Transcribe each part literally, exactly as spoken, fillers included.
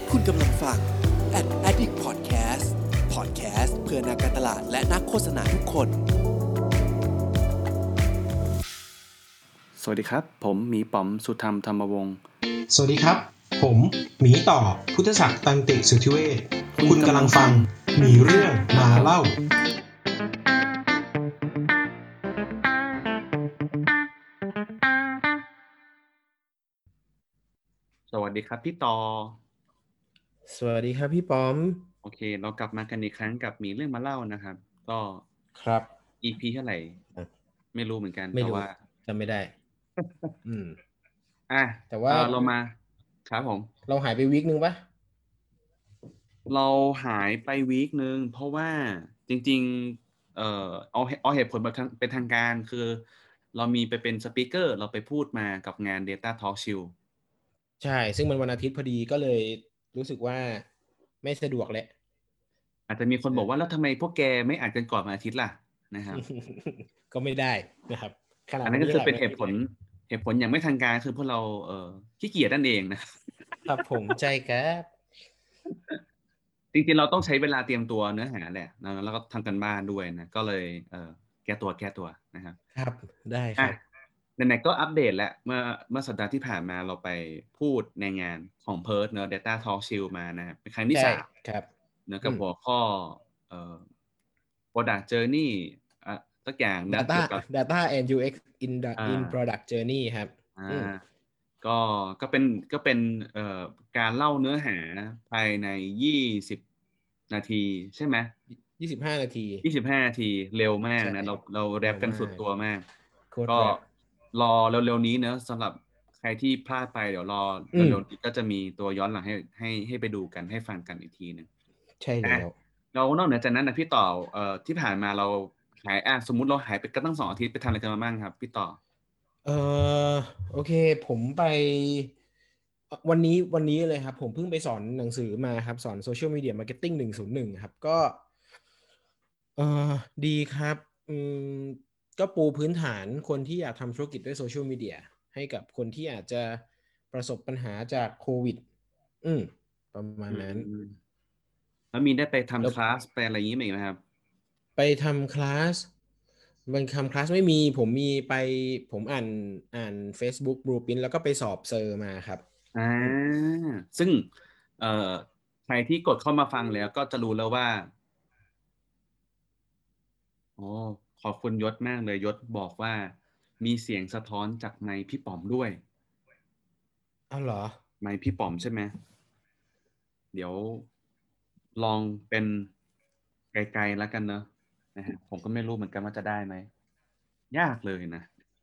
คุณกำลังฟัง Ad Addict Podcast Podcast เพื่อนักการตลาดและนักโฆษณาทุกคนสวัสดีครับผมหมีป๋อมสุธรรมธรรมวงศ์สวัสดีครับผมหมีต่อพุทธศักดิ์ตันติสุทธิเวชคุณกำลังฟังมีเรื่องมาเล่าสวัสดีครับพี่ต่อสวัสดีครับพี่ป๋อมโอเคเรากลับมากันอีกครั้งกับมีเรื่องมาเล่านะครับก็ครับอี พี เท่าไหร่ไม่รู้เหมือนกันไม่แต่รู้ว่าจำไม่ได้ อืมอ่ะแต่ว่าเอ่อเรามาครับผมเราหายไปวีคนึงปะเราหายไปวีคนึงเพราะว่าจริงๆเอ่อเอาเอาเหตุผลแบบทางเป็นทางการคือเรามีไปเป็นสปีกเกอร์เราไปพูดมากับงาน Data Talk Shield ใช่ซึ่งมันวันอาทิตย์พอดีก็เลยรู้สึกว่าไม่สะดวกแหละอาจจะมีคนบอกว่าแล้วทำไมพวกแกไม่อ่านกันก่อนวันอาทิตย์ล่ะนะครับก็ไม่ได้นะครับขนาดอันนั้นก็คือเป็นเหตุผลเหตุผลอย่างไม่ทางการคือพวกเราเอ่อขี้เกียจนั่นเองนะครับผมใจครับจริงๆเราต้องใช้เวลาเตรียมตัวเนื้อหาแหละแล้วก็ทำกันบ้านด้วยนะก็เลยเอ่อแก้ตัวแก้ตัวนะครับครับได้ครับไหนๆก็อัปเดตแล้วเมื่อเมื่อสัปดาห์ที่ผ่านมาเราไปพูดในงานของเพิร์ทเนอะ Data Talk Shield มานะครับเป็นครั้งที่สามครับเนอะกับหัวข้อเอ่อ Product Journey อ่ะสักอย่างนะ Data เกี่ยวกับ Data and ยู เอ็กซ์ in the อ่า in product journey ครับอ่าก็ก็เป็นก็เป็นเอ่อการเล่าเนื้อหาภายในยี่สิบนาทีใช่ไหมยี่สิบห้านาทียี่สิบห้านาทีเร็วมากนะเราเราแรปกันสุดตัวมากก็รอเร็วๆนี้เนอะสำหรับใครที่พลาดไปเดี๋ยวรอเร็วๆนี้ก็จะมีตัวย้อนหลังให้ให้ให้ไปดูกันให้ฟังกันอีกทีนึงใช่แล้วเรานอกเหนือจากนั้นนะพี่ต่อเอ่อที่ผ่านมาเราหายอ่ะสมมุติเราหายไปก็ตั้งสองอาทิตย์ไปทำอะไรกันมาบ้างครับพี่ต่อเออโอเคผมไปวันนี้วันนี้เลยครับผมเพิ่งไปสอนหนังสือมาครับสอน Social Media Marketing หนึ่งศูนย์หนึ่งครับก็เออดีครับอืมก็ปูพื้นฐานคนที่อยากทำธุรกิจด้วยโซเชียลมีเดียให้กับคนที่อาจจะประสบปัญหาจากโควิดอืมประมาณนั้นแล้วมีได้ไปทำคลาสไปอะไรอย่างนี้ไหมครับไปทำคลาสบางทำคลาสไม่มีผมมีไปผมอ่านอ่าน Facebook Blueprint แล้วก็ไปสอบเซอร์มาครับอ่าซึ่งเอ่อใครที่กดเข้ามาฟังแล้วก็จะรู้แล้วว่าโอ้ขอบคุณยศมากเลยยศบอกว่ามีเสียงสะท้อนจากไมค์พี่ป๋อมด้วยอ้าวเหรอไมค์พี่ป๋อมใช่ไหมเดี๋ยวลองเป็นไกลๆแล้วกันเนอะนะฮะผมก็ไม่รู้เหมือนกันว่าจะได้ไหมยากเลยนะ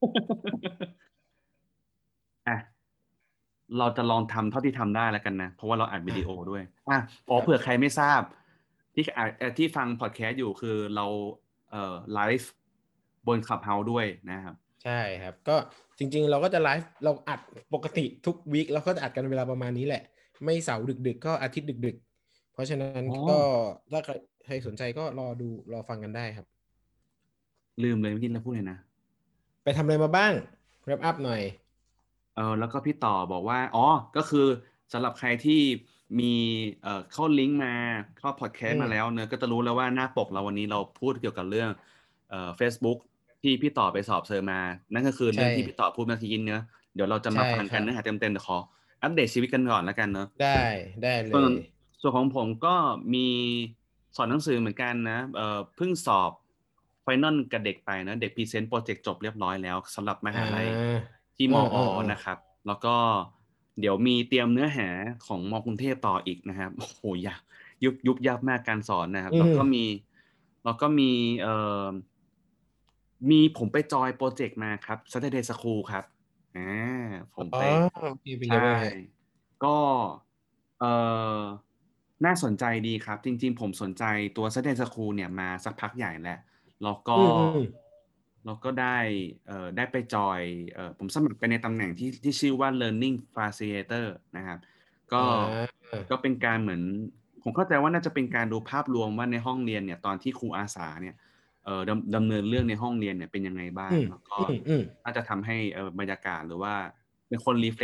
อ่ะเราจะลองทำเท่าที่ทำได้แล้วกันนะเพราะว่าเราอัดวิดีโอด้วยอ่ะอ๋อเผื่อใครไม่ทราบที่อ่ะเอ่อที่ฟังพอดแคสต์อยู่คือเราเอ่อไลฟ์บน Clubhouse ด้วยนะครับใช่ครับก็จริงๆเราก็จะไลฟ์เราอัดปกติทุกวีคเราก็จะอัดกันเวลาประมาณนี้แหละไม่เสาร์ดึกๆก็อาทิตย์ดึกๆเพราะฉะนั้นอ๋อก็ถ้าใครสนใจก็รอดูรอฟังกันได้ครับลืมเลยเมื่อกี้เราพูดเลยนะไปทำอะไรมาบ้างแรปอัพหน่อยเออแล้วก็พี่ต่อบอกว่าอ๋อก็คือสำหรับใครที่มีเอ่อเข้าลิงก์มาเข้าพอดแคสต์มาแล้วเนอะก็จะรู้แล้วว่าหน้าปกเราวันนี้เราพูดเกี่ยวกับเรื่องเอ่อ Facebook ที่พี่ต่อไปสอบเซอร์มานั่นก็คือเรื่องที่พี่ต่อพูดเมื่อกี้เนอะเดี๋ยวเราจะมาฟังกันเนื้อหาเต็มๆเดี๋ยวขออัปเดตชีวิตกันก่อนแล้วกันเนอะได้ได้เลส่วนยส่วนของผมก็มีสอนหนังสือเหมือนกันนะเอ่อเพิ่งสอบไฟนอลกับเด็กไปนะเด็กพรีเซนต์โปรเจกต์จบเรียบร้อยแล้วสำหรับมหาลัยที่มอนะครับแล้วก็เดี๋ยวมีเตรียมเนื้อหาของมกรุงเทพต่ออีกนะครับโอ้โหยากยุบยุบยับมากการสอนนะครับแล้วก็มีแล้วก็มีเอ่อมีผมไปจอยโปรเจกต์มาครับ Saturday School ครับอ่าผมอ๋อไปเป็นไงใช่บ้างฮะก็เอ่อน่าสนใจดีครับจริงๆผมสนใจตัว Saturday School เนี่ยมาสักพักใหญ่แล้วแล้วก็อืมอืมแล้วก็ได้เอ่อได้ไปจอยเอ่อผมสมัครไปในตำแหน่งที่ที่ชื่อว่า Learning Facilitator นะครับก็อ่าก็เป็นการเหมือนผมเข้าใจว่าน่าจะเป็นการดูภาพรวมว่าในห้องเรียนเนี่ยตอนที่ครูอาสาเนี่ยเอ่อดำดำเนินเรื่องในห้องเรียนเนี่ยเป็นยังไงบ้างอืมแล้วก็อืมอืมน่าจะทำให้เอ่อบรรยากาศหรือว่าเป็นคนรีเฟล็ก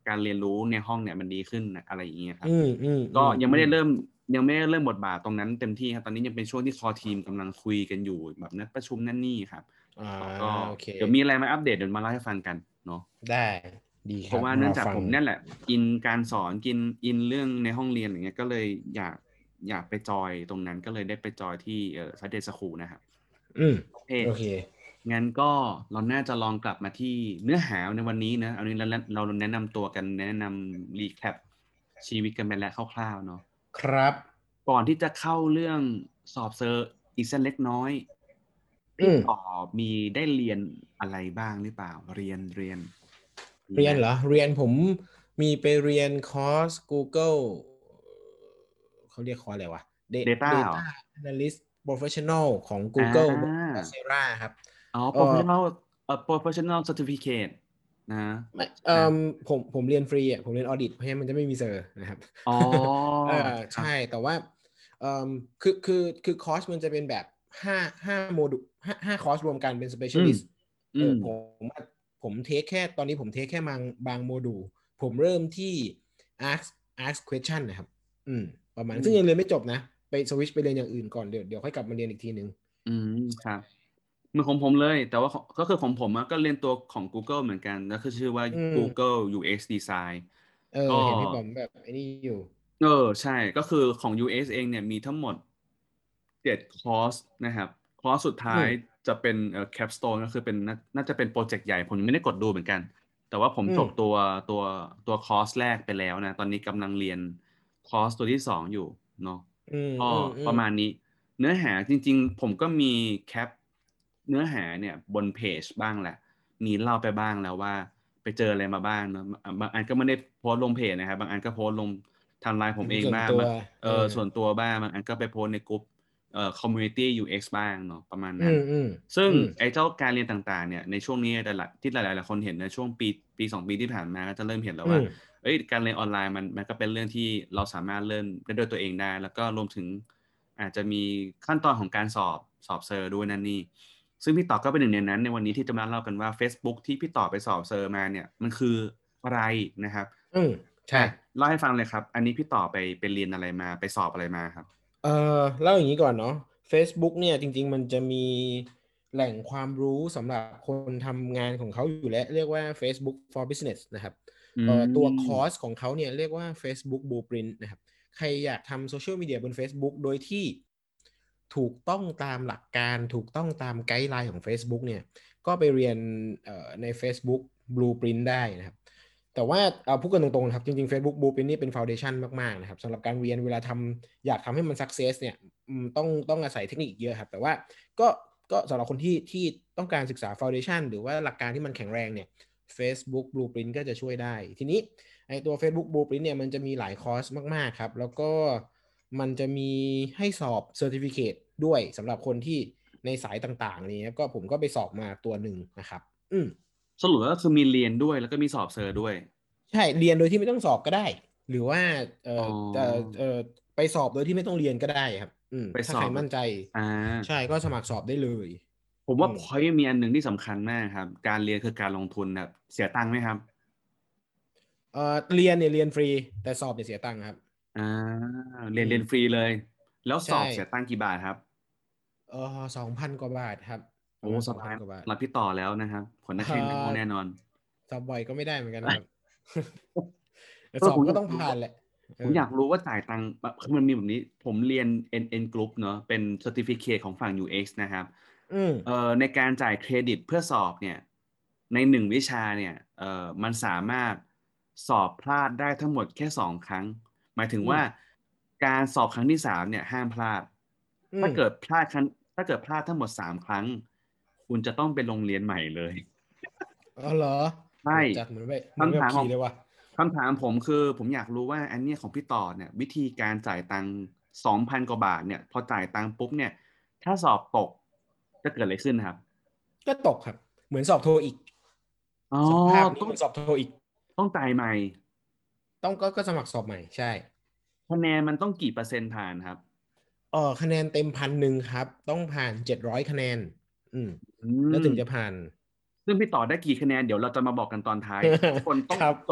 การเรียนรู้ในห้องเนี่ยมันดีขึ้นอะไรอย่างเงี้ยครับอืมอืมก็อืมยังไม่ได้อืมเริ่มยังไม่ได้เริ่มบทบาทตรงนั้นเต็มที่ครับตอนนี้ยังเป็นช่วงที่คอทีมกำลังคุยกันอยู่แบบนัดประชุมนั่นนี่ครับอ่าก็โอเคเดี๋ยวมีอะไรมาอัปเดตเดี๋ยวมาเล่าให้ฟังกันเนาะได้ดีเพราะครับว่าเนื่องจากรอฟังผมเนี่ยแหละอินการสอนกินอินเรื่องในห้องเรียนอย่างเงี้ยก็เลยอยากอยากไปจอยตรงนั้นก็เลยได้ไปจอยที่เอ่อ Saturday School นะครับอืมโอเคโอเคงั้นก็เราน่าจะลองกลับมาที่เนื้อหาในวันนี้นะเอานี้เราเราแนะนำตัวกันแนะนำรีแคปชีวิตกันไปแล้วคร่าวๆเนาะครับก่อนที่จะเข้าเรื่องสอบเซอร์อีกสักเล็กน้อยอืพี่มต่อมีได้เรียนอะไรบ้างหรือเปล่าเรียนเรียนมีไหมเรียนเหรอเรียนผมมีไปเรียนคอร์ส Google เขาเรียกคอร์สอะไรวะ Da- Data เหรอ Data Analyst Professional ของอ่ Google บนา Coursera ครับอ๋อเออ professional เอ่อ professional certificate นะไม่เอใช่ไหมอผมผมเรียนฟรีอ่ะผมเรียนออดิตเพราะฉะนั้นมันจะไม่มีเซอร์นะครับอ๋อเออครับใช่แต่ว่าเออคือคือคือคอร์สมันจะเป็นแบบห้าห้าโมดูลห้าห้าคอร์สรวมกันเป็นอืม specialist อืมเออผมผมเทคแค่ตอนนี้ผมเทคแค่บางบางโมดูลผมเริ่มที่ ask ask question นะครับอืมประมาณอืมซึ่งยังเรียนไม่จบนะไปสวิชไปเรียนอย่างอื่นก่อนเดี๋ยวเดี๋ยวค่อยกลับมาเรียนอีกทีนึงอืมครับเหมือนของผมเลยแต่ว่าของก็คือของผมอะก็เรียนตัวของ Google เหมือนกันแล้วคือชื่อว่าอืม Google ยู เอ็กซ์ Design เอก็อเห็นพี่บอมแบบไอ้นี่อยู่เออใช่ก็คือของ ยู เอ็กซ์ เองเนี่ยมีทั้งหมดเจ็ดคอร์สนะครับคอร์สสุดท้ายอืมจะเป็นเอ่อ capstone ก็คือเป็นน่าน่าจะเป็นโปรเจกต์ใหญ่ผมยังไม่ได้กดดูเหมือนกันแต่ว่าผมอืมจบตัวตัวตัวคอร์สแรกไปแล้วนะตอนนี้กำลังเรียนคอร์สตัวที่สองอยู่เนาะอืมก็อืมอืมประมาณนี้เนื้อหาจริงๆผมก็มีแคปเนื้อหาเนี่ยบนเพจบ้างแหละมีเล่าไปบ้างแล้วว่าไปเจออะไรมาบ้างเนอะบางอันก็ไม่ได้โพสต์ลงเพจนะครับบางอันก็โพสต์ลงทางไลน์ผมเองส่วนตัวบ้างบางเอเอออส่วนตัวบ้างบางอันก็ไปโพสต์ในกลุ่มเอ่อ community ยู เอ็กซ์ บ้างเนาะประมาณนั้นอืมอืมซึ่งอืมไอ้เจ้าการเรียนต่างๆเนี่ยในช่วงนี้แต่ละที่หลายๆคนเห็นในช่วงปีปีสองปีที่ผ่านมาก็จะเริ่มเห็นแล้วว่าอืมเอ้ยการเรียนออนไลน์มันมันก็เป็นเรื่องที่เราสามารถเริ่มได้ด้วยตัวเองได้แล้วก็รวมถึงอาจจะมีขั้นตอนของการสอบสอบเซอร์ด้วยนั่นนี่ซึ่งพี่ต่อก็เป็นหนึ่งในนั้นในวันนี้ที่จะมาเล่ากันว่า Facebook ที่พี่ต่อไปสอบเซอร์มาเนี่ยมันคืออะไรนะครับอืมใช่อ่ะเล่าให้ฟังเลยครับอันนี้พี่ต่อไปไปเรียนอะไรมาไปสอบอะไรมาครับเออเล่าอย่างนี้ก่อนเนาะ Facebook เนี่ยจริงๆมันจะมีแหล่งความรู้สำหรับคนทำงานของเขาอยู่แล้วเรียกว่า Facebook for Business นะครับอืเอ่อตัวคอร์สมของเขาเนี่ยเรียกว่า Facebook Blueprint นะครับใครอยากทำโซเชียลมีเดียบน Facebook โดยที่ถูกต้องตามหลักการถูกต้องตามไกด์ไลน์ของ Facebook เนี่ยก็ไปเรียนเอ่อใน Facebook Blueprint ได้นะครับ แต่ว่าเอาพูดกันตรงๆนะครับจริงๆ Facebook Blueprint นี่เป็น foundation มากๆนะครับสำหรับการเรียนเวลาทำอยากทำให้มัน success เนี่ยต้องต้องอาศัยเทคนิคเยอะครับแต่ว่าก็ก็สำหรับคนที่ที่ต้องการศึกษา foundation หรือว่าหลักการที่มันแข็งแรงเนี่ย Facebook Blueprint ก็จะช่วยได้ทีนี้ไอตัว Facebook Blueprint เนี่ยมันจะมีหลายคอร์สมากๆครับแล้วก็มันจะมีให้สอบ certificate ด้วยสำหรับคนที่ในสายต่างๆนี้ก็ผมก็ไปสอบมาตัวหนึ่งนะครับอืมสรุปแล้วก็คือมีเรียนด้วยแล้วก็มีสอบเซอร์ด้วยใช่เรียนโดยที่ไม่ต้องสอบก็ได้หรือว่าเออ๋อจะอเออไปสอบโดยที่ไม่ต้องเรียนก็ได้ครับอืมถ้าไปสอบใครมั่นใจอ่าใช่ก็สมัครสอบได้เลยผมว่าอืมพอยต์มีอันหนึ่งที่สำคัญมากครับการเรียนคือการลงทุนแบบเสียตังค์ไหมครับเออเรียนเนี่ยเรียนฟรีแต่สอบเนี่ยเสียตังค์ครับอ่าเรีอืมยนเรียนฟรีเลยแล้วสใช่อบเสียตังค์กี่บาทครับเออสองพันกว่าบาทครับปโอ้ระมาณสสบายองพันกว่าบาทรับพี่ต่อแล้วนะครับผลเนักแข่งนั่งออแน่นอนสอบบ่อยก็ไม่ได้เหมือนกันนะครับ แต่เออผมสอบก็อยากรู้ว่าต้องผ่านแหละเออผมอยากรู้ว่าจ่ายตังค์แบบคือมันมีแบบนี้ผมเรียน N N Group เนอะเป็น Certificate ของฝั่ง ยู เอ็กซ์ นะครับอืมเอ่อในการจ่ายเครดิตเพื่อสอบเนี่ยในหนึ่งวิชาเนี่ยเอ่อมันสามารถสอบพลาดได้ทั้งหมดแค่สองครั้งหมายถึงว่าอืมการสอบครั้งที่สามเนี่ยห้ามพลาดอืมถ้าเกิดพลาดครั้งถ้าเกิดพลาดทั้งหมดสามครั้งคุณจะต้องไปลงเรียนใหม่เลยอ๋อเหรอใช่โหจัดเหมือนแบบเหมือนแบบคำถามของขี่เลยว่ะคำถามผมคือผมอยากรู้ว่าอันเนี้ยของพี่ต่อเนี่ยวิธีการจ่ายตังค์สองพันกว่าบาทเนี่ยพอจ่ายตังค์ปุ๊บเนี่ยถ้าสอบตกจะเกิดอะไรขึ้นครับก็ตกครับเหมือนสอบโทอีกอ๋อสภาพนี้ต้องเหมือนสอบโทอีกต้องจ่ายใหม่ต้องก็ก็สมัครสอบใหม่ใช่คะแนนมันต้องกี่เปอร์เซ็นต์ผ่านครับเออคะแนนเต็มพันหนึ่งครับต้องผ่านเจ็ดร้อยคะแนนอืมอืแล้วมถึงจะผ่านซึ่งพี่ต่อได้กี่คะแนนเดี๋ยวเราจะมาบอกกันตอนท้ายทุกคนคต้องรับจด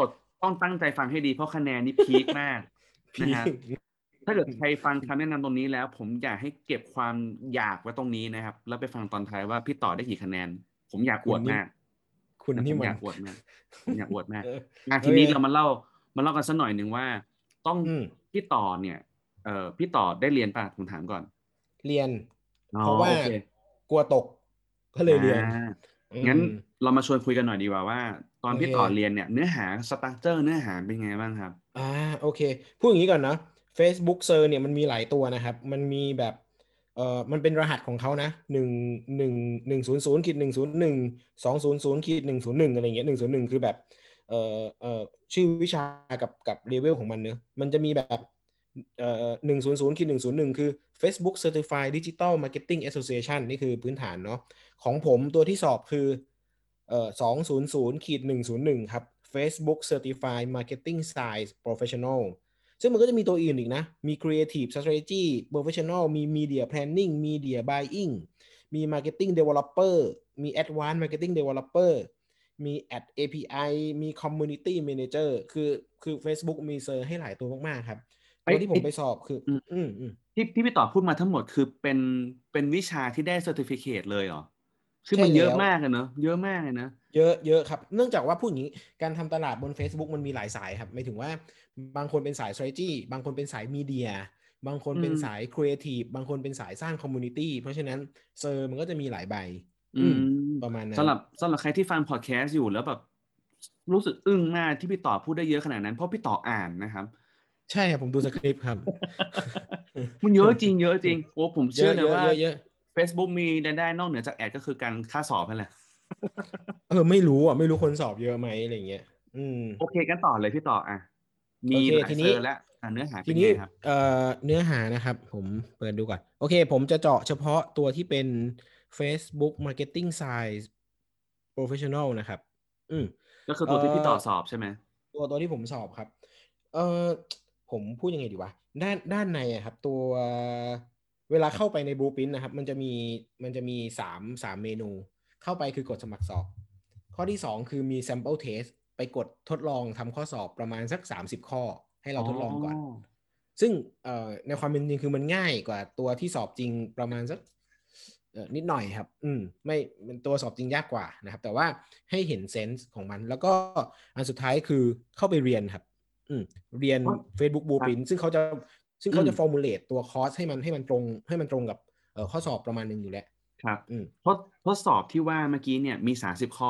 ต้องตั้งใจฟังให้ดีเพราะคะแนนนี่พีคมากพีนะครับถ้าเกิดใครฟังคำแนะนำตรงนี้แล้ว ผมอยากให้เก็บความอยากไว้ตรงนี้นะครับ แล้วไปฟังตอนท้ายว่าพี่ต่อได้กี่คะแนน ผมอยากอวดมากคุณนะผนี่มมัอน ยากอวดมากผมอยากอวดมากเอออ่ะโอทีนี้เคเรามาเล่ามาเล่ากันสักหน่อยหนึ่งว่า ต้องอืมพี่ต่อเนี่ยเอ่อพี่ต่อได้เรียนป่ะผมถามก่อนเรียนอ๋อเพราะว่าโอเคกลัวตก ก็เลยเรียนอ่าอืงั้นมเรามาชวนคุยกันหน่อยดีกว่าว่า ตอนโอพี่เคต่อเรียนเนี่ยเนื้อหาสตรัคเจอร์เนื้อหาเป็นไงบ้างครับอ่าโอเค พูดอย่างนี้ก่อนนะ Facebook Search เนี่ยมันมีหลายตัวนะครับ มันมีแบบเอ่อมันเป็นรหัสของเขานะหนึ่งหนึ่งหนึ่งศูนย์ศูนย์ขีดหนึ่งศูนย์หนึ่งสองศูนย์ศูนย์ขีดหนึ่งศูนย์หนึ่งอะไรเงี้ยหนึ่งศูนย์หนึ่งคือแบบเอ่อเอ่อชื่อวิชากับกับเลเวลของมันเนอะมันจะมีแบบเอ่อหนึ่งศูนย์ศูนย์ขีดหนึ่งศูนย์หนึ่งคือ Facebook Certified Digital Marketing Association นี่คือพื้นฐานเนาะของผมตัวที่สอบคือเอ่อสองศูนย์ศูนย์ขีดหนึ่งศูนย์หนึ่งครับ Facebook Certified Marketing Science Professional ซึ่งมันก็จะมีตัวอื่นอีกนะ มี Creative Strategy Professional มี Media Planning Media Buying มี Marketing Developer มี Advanced Marketing Developer มี Ad เอ พี ไอ มี Community Manager คือคือ Facebook มีเซอร์ให้หลายตัวมากๆครับไอ้ตัวที่ผมไอ้ไปสอบคืออืมอืมอืมที่ที่พี่ต่อพูดมาทั้งหมดคือเป็นเป็นวิชาที่ได้เซอร์ติฟิเคตเลยเหรอ ซึ่งใช่มันเยอะแล้วมากอะเนอะเยอะมากเลยนะเยอะเยอะครับ เนื่องจากว่าพูดอย่างนี้ การทำตลาดบน Facebook มันมีหลายสายครับหมายถึงว่าบางคนเป็นสาย strategy บางคนเป็นสาย media บางคนอืเป็นมสาย creative บางคนเป็นสายสร้าง community เพราะฉะนั้นเซอร์มันก็จะมีหลายใบอือืมมประมาณนั้สำนหรับสำหรับใครที่ฟังพอดแคสต์อยู่แล้วแบบรู้สึกอึ้งมากที่พี่ต่อพูดได้เยอะขนาดนั้น เพราะพี่ต่ออ่านนะครับใช่ครับ ผมดูสคริปต์ครับมันเยอะจริงเยอะจริง โอ้ผมเยเชื่ออะเลเยยอะว่าเยอะเยอะ Facebook มีรายได้นอกเหนือจากแอดก็คือการค่าสอบนั่นแหละเออไม่รู้อ่ะ ไม่รู้คนสอบเยอะไหมอะไรเงี้ย อืมโอเคกันต่อเลยพี่ต่ออ่ะ มีโอเคหลายทีเซนี้อร์แล้วอ่ะเนื้อหาทีเป็นนี้ไงครับเอ่อเนื้อหานะครับผมเปิดดูก่อนโอเคผมจะเจาะเฉพาะตัวที่เป็น Facebook Marketing Science Professional นะครับอืมก็คือเอ่ตัวที่พี่ต่ออสอบใช่ไหมตัวตัวที่ผมสอบครับเอ่อผมพูดยังไงดีวะด้านด้านในอะครับตัวเวลาเข้าไปใน Blueprint นะครับมันจะมีมันจะมีสามสามเมนูเข้าไปคือกดสมัครสอบข้อที่สองคือมี sample test ไปกดทดลองทำข้อสอบประมาณสักสามสิบข้อให้เราทดลองก่อน ซึ่งเอ่อในความเป็นจริงคือมันง่ายกว่าตัวที่สอบจริงประมาณสักเอ่อนิดหน่อยครับอืมไม่เป็นตัวสอบจริงยากกว่านะครับแต่ว่าให้เห็นเซนส์ของมันแล้วก็อันสุดท้ายคือเข้าไปเรียนครับอืมเรียน Facebook Blueprint ซึ่งเขาจะซึ่งเขาจะ formulate ตัวคอร์สให้มันให้มันตรงให้มันตรงกับเอ่อข้อสอบประมาณนึงอยู่แล้วครับอืมทดทดสอบที่ว่าเมื่อกี้เนี่ยมีสามสิบข้อ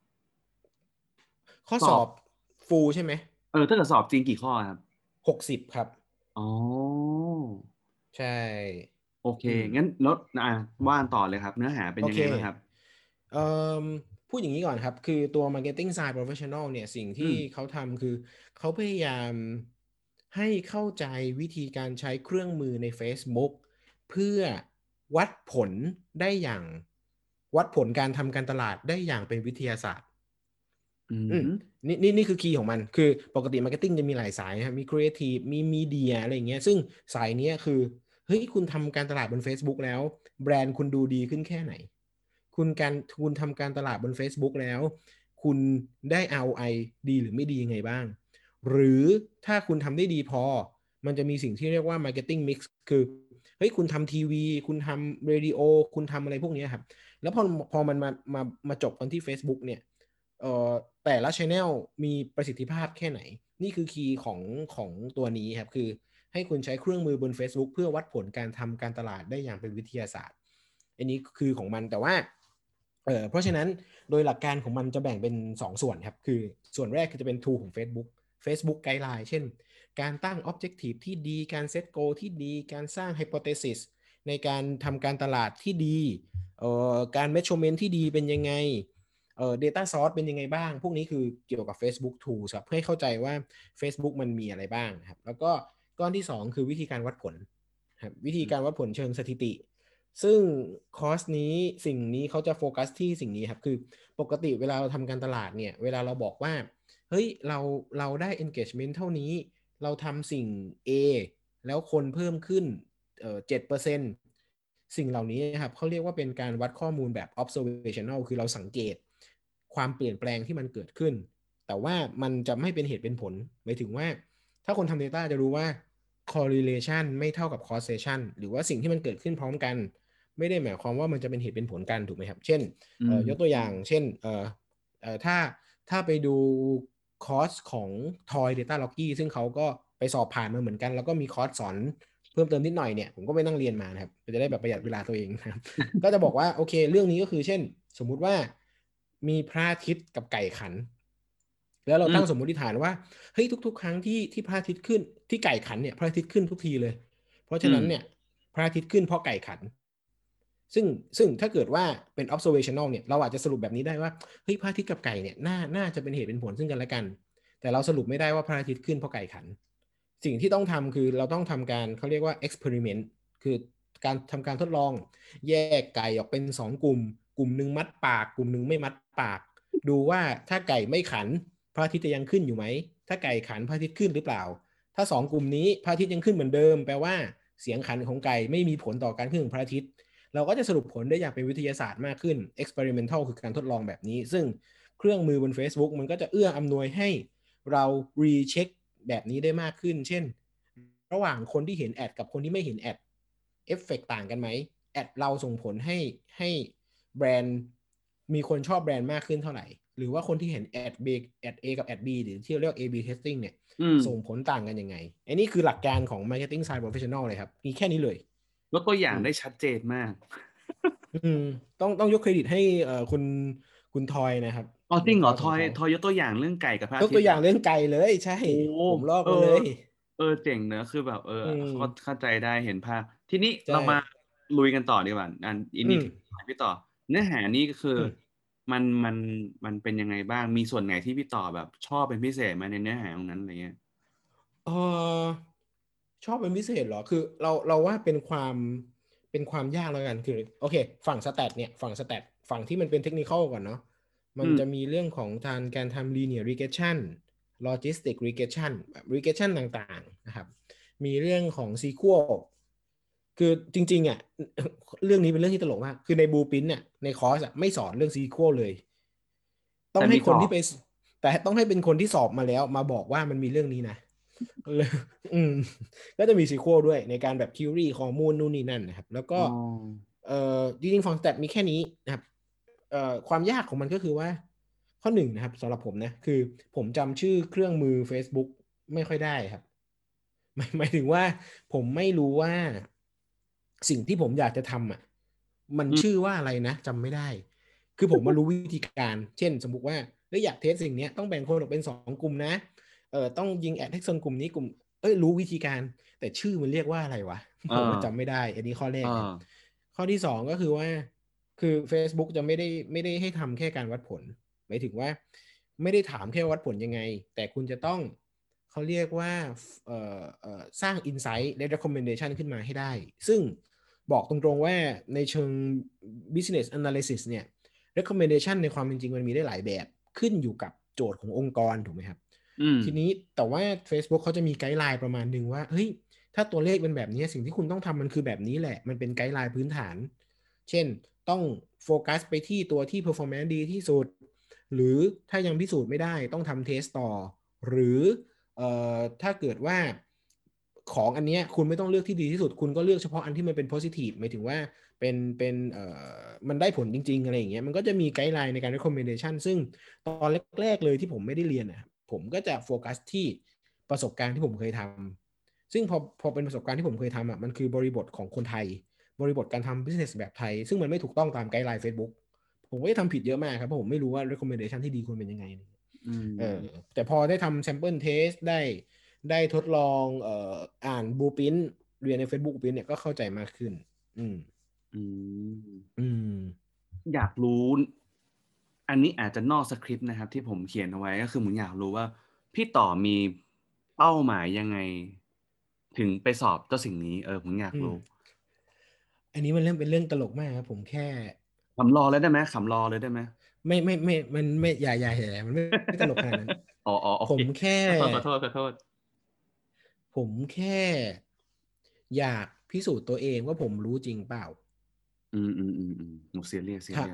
ข้อสสออบ บ full ใช่ไหมเออถ้าเกิดสอบจริงกี่ข้อครับหกสิบครับอ๋อใช่โอเคอืมงั้นแล้วอ่ะว่านต่อเลยครับ เนื้อหาเป็นโอยังเคไงบ้างครับเอ่อพูดอย่างนี้ก่อนครับ คือตัว Marketing Science Professional เนี่ยสิ่งอืที่มเขาทำคือเขาพยายามให้เข้าใจวิธีการใช้เครื่องมือใน Facebook เพื่อวัดผลได้อย่างวัดผลการทำการตลาดได้อย่างเป็นวิทยาศาสตร์อือืมมนี่นี่นี่คือคีย์ของมัน คือปกติ Marketing จะมีหลายสายนะครับมี Creative มี Media อะไรอย่างเงี้ย ซึ่งสายเนี้ยคือ เฮ้ย คุณทำการตลาดบน Facebook แล้ว แบรนด์คุณดูดีขึ้นแค่ไหน คุณการคุณทำการตลาดบน Facebook แล้ว คุณได้ อาร์ โอ ไอ ดีหรือไม่ดียังไงบ้าง หรือถ้าคุณทำได้ดีพอ มันจะมีสิ่งที่เรียกว่า Marketing Mix คือ เฮ้ย คุณทำทีวี คุณทำเรดิโอ คุณทำอะไรพวกนี้ครับ แล้วพอพอมันมามามาจบกันที่ Facebook เนี่ย เอ่อแต่ละ channel มีประสิทธิภาพแค่ไหน นี่คือคีย์ของของตัวนี้ครับ คือให้คุณใช้เครื่องมือบน Facebook เพื่อวัดผลการทำการตลาดได้อย่างเป็นวิทยาศาสตร์ อันนี้คือของมัน แต่ว่าเอ่อเพราะฉะนั้นโดยหลักการของมันจะแบ่งเป็นสองส่วนครับ คือส่วนแรกคือจะเป็น tool ของ Facebook Facebook Guideline เช่น การตั้ง objective ที่ดี การ set goal ที่ดี การสร้าง hypothesis ในการทำการตลาดที่ดีเอ่อการ measurement ที่ดีเป็นยังไงเอ่อ data source เป็นยังไงบ้าง พวกนี้คือเกี่ยวกับ Facebook Tools ครับเพื่อให้เข้าใจว่า Facebook มันมีอะไรบ้างครับ แล้วก็ก้อนที่สองคือวิธีการวัดผลครับวิธีการวัดผลเชิงสถิติ ซึ่งคอร์สนี้สิ่งนี้เขาจะโฟกัสที่สิ่งนี้ครับคือปกติเวลาเราทำการตลาดเนี่ยเวลาเราบอกว่าเฮ้ยเราเราได้ engagement เท่านี้เราทำสิ่ง A แล้วคนเพิ่มขึ้นเอ่อ เจ็ดเปอร์เซ็นต์ สิ่งเหล่านี้ครับเขาเรียกว่าเป็นการวัดข้อมูลแบบ observational คือเราสังเกตความเปลี่ยนแปลงที่มันเกิดขึ้นแต่ว่ามันจะไม่เป็นเหตุเป็นผลหมายถึงว่าถ้าคนทำ data จะรู้ว่า correlation ไม่เท่ากับ causation หรือว่าสิ่งที่มันเกิดขึ้นพร้อมกันไม่ได้หมายความว่ามันจะเป็นเหตุเป็นผลกันถูกไหมครับเช่นเอ่อยกตัวอย่างเช่นเอ่อเอ่อถ้าถ้าไปดูคอร์สของ Toy Data Logi ซึ่งเขาก็ไปสอบผ่านมาเหมือนกันแล้วก็มีคอร์สสอนเพิ่มเติมนิดหน่อยเนี่ยผมก็ไปนั่งเรียนมานะครับจะได้แบบประหยัดเวลาตัวเองนะครับ ก็จะบอกว่าโอเคเรื่องนี้ก็คือเช่นสมมุติว่ามีพระอาทิตย์กับไก่ขันแล้วเราตั้งสมมติฐานว่าเฮ้ยทุกๆครั้งที่ที่พระอาทิตย์ขึ้นที่ไก่ขันเนี่ยพระอาทิตย์ขึ้นทุกทีเลยเพราะฉะนั้นเนี่ยพระอาทิตย์ขึ้นเพราะไก่ขันซึ่งซึ่งถ้าเกิดว่าเป็น observational เนี่ยเราอาจจะสรุปแบบนี้ได้ว่าเฮ้ยพระอาทิตย์กับไก่เนี่ยน่าน่าจะเป็นเหตุเป็นผลซึ่งกันและกันแต่เราสรุปไม่ได้ว่าพระอาทิตย์ขึ้นเพราะไก่ขันสิ่งที่ต้องทำคือเราต้องทำการเขาเรียกว่า experiment คือการทำการทดลองแยกไก่ออกเป็นสองกลุ่มกลุ่มหนึ่งมัดปากกลุ่มหนึ่งไม่มัดปากดูว่าถ้าไก่ไม่ขันพระอาทิตย์จะยังขึ้นอยู่ไหมถ้าไก่ขันพระอาทิตย์ขึ้นหรือเปล่าถ้าสองกลุ่มนี้พระอาทิตย์ยังขึ้นเหมือนเดิมแปลว่าเสียงขันของไก่ไม่มีผลต่อการขึ้นของพระอาทิตย์เราก็จะสรุปผลได้อย่างเป็นวิทยาศาสตร์มากขึ้น experimental คือการทดลองแบบนี้ซึ่งเครื่องมือบน Facebook มันก็จะเอื้ออำนวยให้เรา recheck แบบนี้ได้มากขึ้นเช่นระหว่างคนที่เห็นแอดกับคนที่ไม่เห็นแอดเอฟเฟกต์ต่างกันไหมแอดเราส่งผลให้ให้แบรนด์มีคนชอบแบรนด์มากขึ้นเท่าไหร่หรือว่าคนที่เห็นแอด B แอด A กับแอด B หรือที่เรียก เอ บี testing เนี่ยส่งผลต่างกันยังไงอันนี้คือหลักการของ marketing science professional เลยครับมีแค่นี้เลยยกตัวอย่างได้ชัดเจนมากอืมต้องต้องยกเครดิตให้เอ่อคุณคุณทอยนะครับอ๋อจริงเหรอทของเขาอยทอยยกตัวอย่างเรื่องไก่กับพระยอาทิตย์เหรอกตัวอย่างเรื่องไก่เลยใช่โอ้ผมลอกเออมาเลยเออเจ๋งเนอะคือแบบเอออืมเข้าเข้าใจได้เห็นภาพทีนี้ใช่เรามาลุยกันต่อดีกว่าอันอินอืมนี้พี่ต่อเนื้อหานี้ก็คืออืมมันมันมันเป็นยังไงบ้างมีส่วนไหนที่พี่ต่อแบบชอบเป็นพิเศษไหมในเนื้อหาตรงนั้นอะไรเงี้ยเออชอบเป็นพิเศษเหรอคือเราเราว่าเป็นความเป็นความยากแล้วกันคือโอเคฝั่งสแตทเนี่ยฝั่งสแตทฝั่งที่มันเป็นเทคนิคอลก่อนเนาะมันอืมจะมีเรื่องของทางการทำ linear regression logistic regression แบบ regression ต่างๆนะครับมีเรื่องของ sequel คือจริงๆอ่ะเรื่องนี้เป็นเรื่องที่ตลกมากคือในบลูพรินท์เนี่ยในคอร์สอ่ะไม่สอนเรื่อง sequel เลยต้องให้แต่มีสอบคนที่ไปแต่ต้องให้เป็นคนที่สอบมาแล้วมาบอกว่ามันมีเรื่องนี้นะ เลยอืมก็จะมีซีควอลด้วยในการแบบคิวรีข้อมูลนู่นนี่นั่นนะครับแล้วก็อ๋อเอ่อจริงๆฝั่งสแตทมีแค่นี้นะครับเอ่อความยากของมันก็คือว่าข้อหนึ่งนะครับสำหรับผมนะคือผมจำชื่อเครื่องมือ Facebook ไม่ค่อยได้ครับหมายหมายถึงว่าผมไม่รู้ว่าสิ่งที่ผมอยากจะทำอ่ะมันอืมชื่อว่าอะไรนะจำไม่ได้คือผมมารู้วิธีการเช่นสมมุติว่าเฮ้ยอยากเทสสิ่งนี้ต้องแบ่งคนออกเป็นสองกลุ่มนะ เออต้องยิงแอดให้คนกลุ่มนี้กลุ่มเอ้ยรู้วิธีการแต่ชื่อมันเรียกว่าอะไรวะเอผมว่าอจำไม่ได้อันนี้ข้อแรเออกครับข้อที่สองก็คือว่าคือ Facebook จะไม่ได้ไม่ได้ให้ทำแค่การวัดผลหมายถึงว่าไม่ได้ถามแค่วัดผลยังไงแต่คุณจะต้องเขาเรียกว่าเอ่อเอ่อสร้าง Insight และ Recommendation ขึ้นมาให้ได้ซึ่งบอกตรงๆว่าในเชิง business analysis เนี่ย recommendation ในความเป็นจริงมันมีได้หลายแบบขึ้นอยู่กับโจทย์ขององค์กรถูกไหมครับอืมทีนี้แต่ว่า Facebook เขาจะมีไกด์ไลน์ประมาณหนึ่งว่าเฮ้ยถ้าตัวเลขเป็นแบบนี้สิ่งที่คุณต้องทำมันคือแบบนี้แหละมันเป็นไกด์ไลน์พื้นฐานเช่นต้องโฟกัสไปที่ตัวที่ performance ดีที่สุดหรือถ้ายังพิสูจน์ไม่ได้ต้องทำเทสต่อหรือเอ่อถ้าเกิดว่าของอันเนี้ยคุณไม่ต้องเลือกที่ดีที่สุดคุณก็เลือกเฉพาะอันที่มันเป็น positive หมายถึงว่าเป็นเป็นเอ่อมันได้ผลจริงๆอะไรอย่างเงี้ยมันก็จะมีไกด์ไลน์ในการ recommendation ซึ่งตอนแรกๆเลยที่ผมไม่ได้เรียนนะผมก็จะโฟกัสที่ประสบการณ์ที่ผมเคยทำซึ่งพอพอเป็นประสบการณ์ที่ผมเคยทำอ่ะมันคือบริบทของคนไทยบริบทการทำ business แบบไทยซึ่งมันไม่ถูกต้องตามไกด์ไลน์ Facebook ผมก็จะทำผิดเยอะมากครับเพราะผมไม่รู้ว่า recommendation ที่ดีควรเป็นยังไงอืเออมแต่พอได้ทำ sample test ได้ได้ทดลองเอ่ออ่านบลูพรินท์เรียนใน Facebook บลูพรินท์เนี่ยก็เข้าใจมากขึ้นอืมอืมอืมอยากรู้ อันนี้อาจจะนอกสคริปต์นะครับที่ผมเขียนเอาไว้ก็คือผมอยากรู้ว่าพี่ต่อมีเป้าหมายยังไงถึงไปสอบเจ้าสิ่งนี้เออผมอยากอืมรู้อันนี้มันเรื่องเป็นเรื่องตลกมากครับผมแค่ขำรอเลยได้ไหมขำรอเลยได้ไหมไม่ไม่ไม่มันไม่อย่าอย่าอย่ามันไม่ไม่ตลกขนาดนั้นอ๋ออ๋อโอผเคมแค่ขอโทษขอโทษขอโทษผมแค่อยากพิสูจน์ตัวเองว่าผมรู้จริงเปล่าอืมอืมอืมอืมโหเสียเรียสเสียถ้าเรียส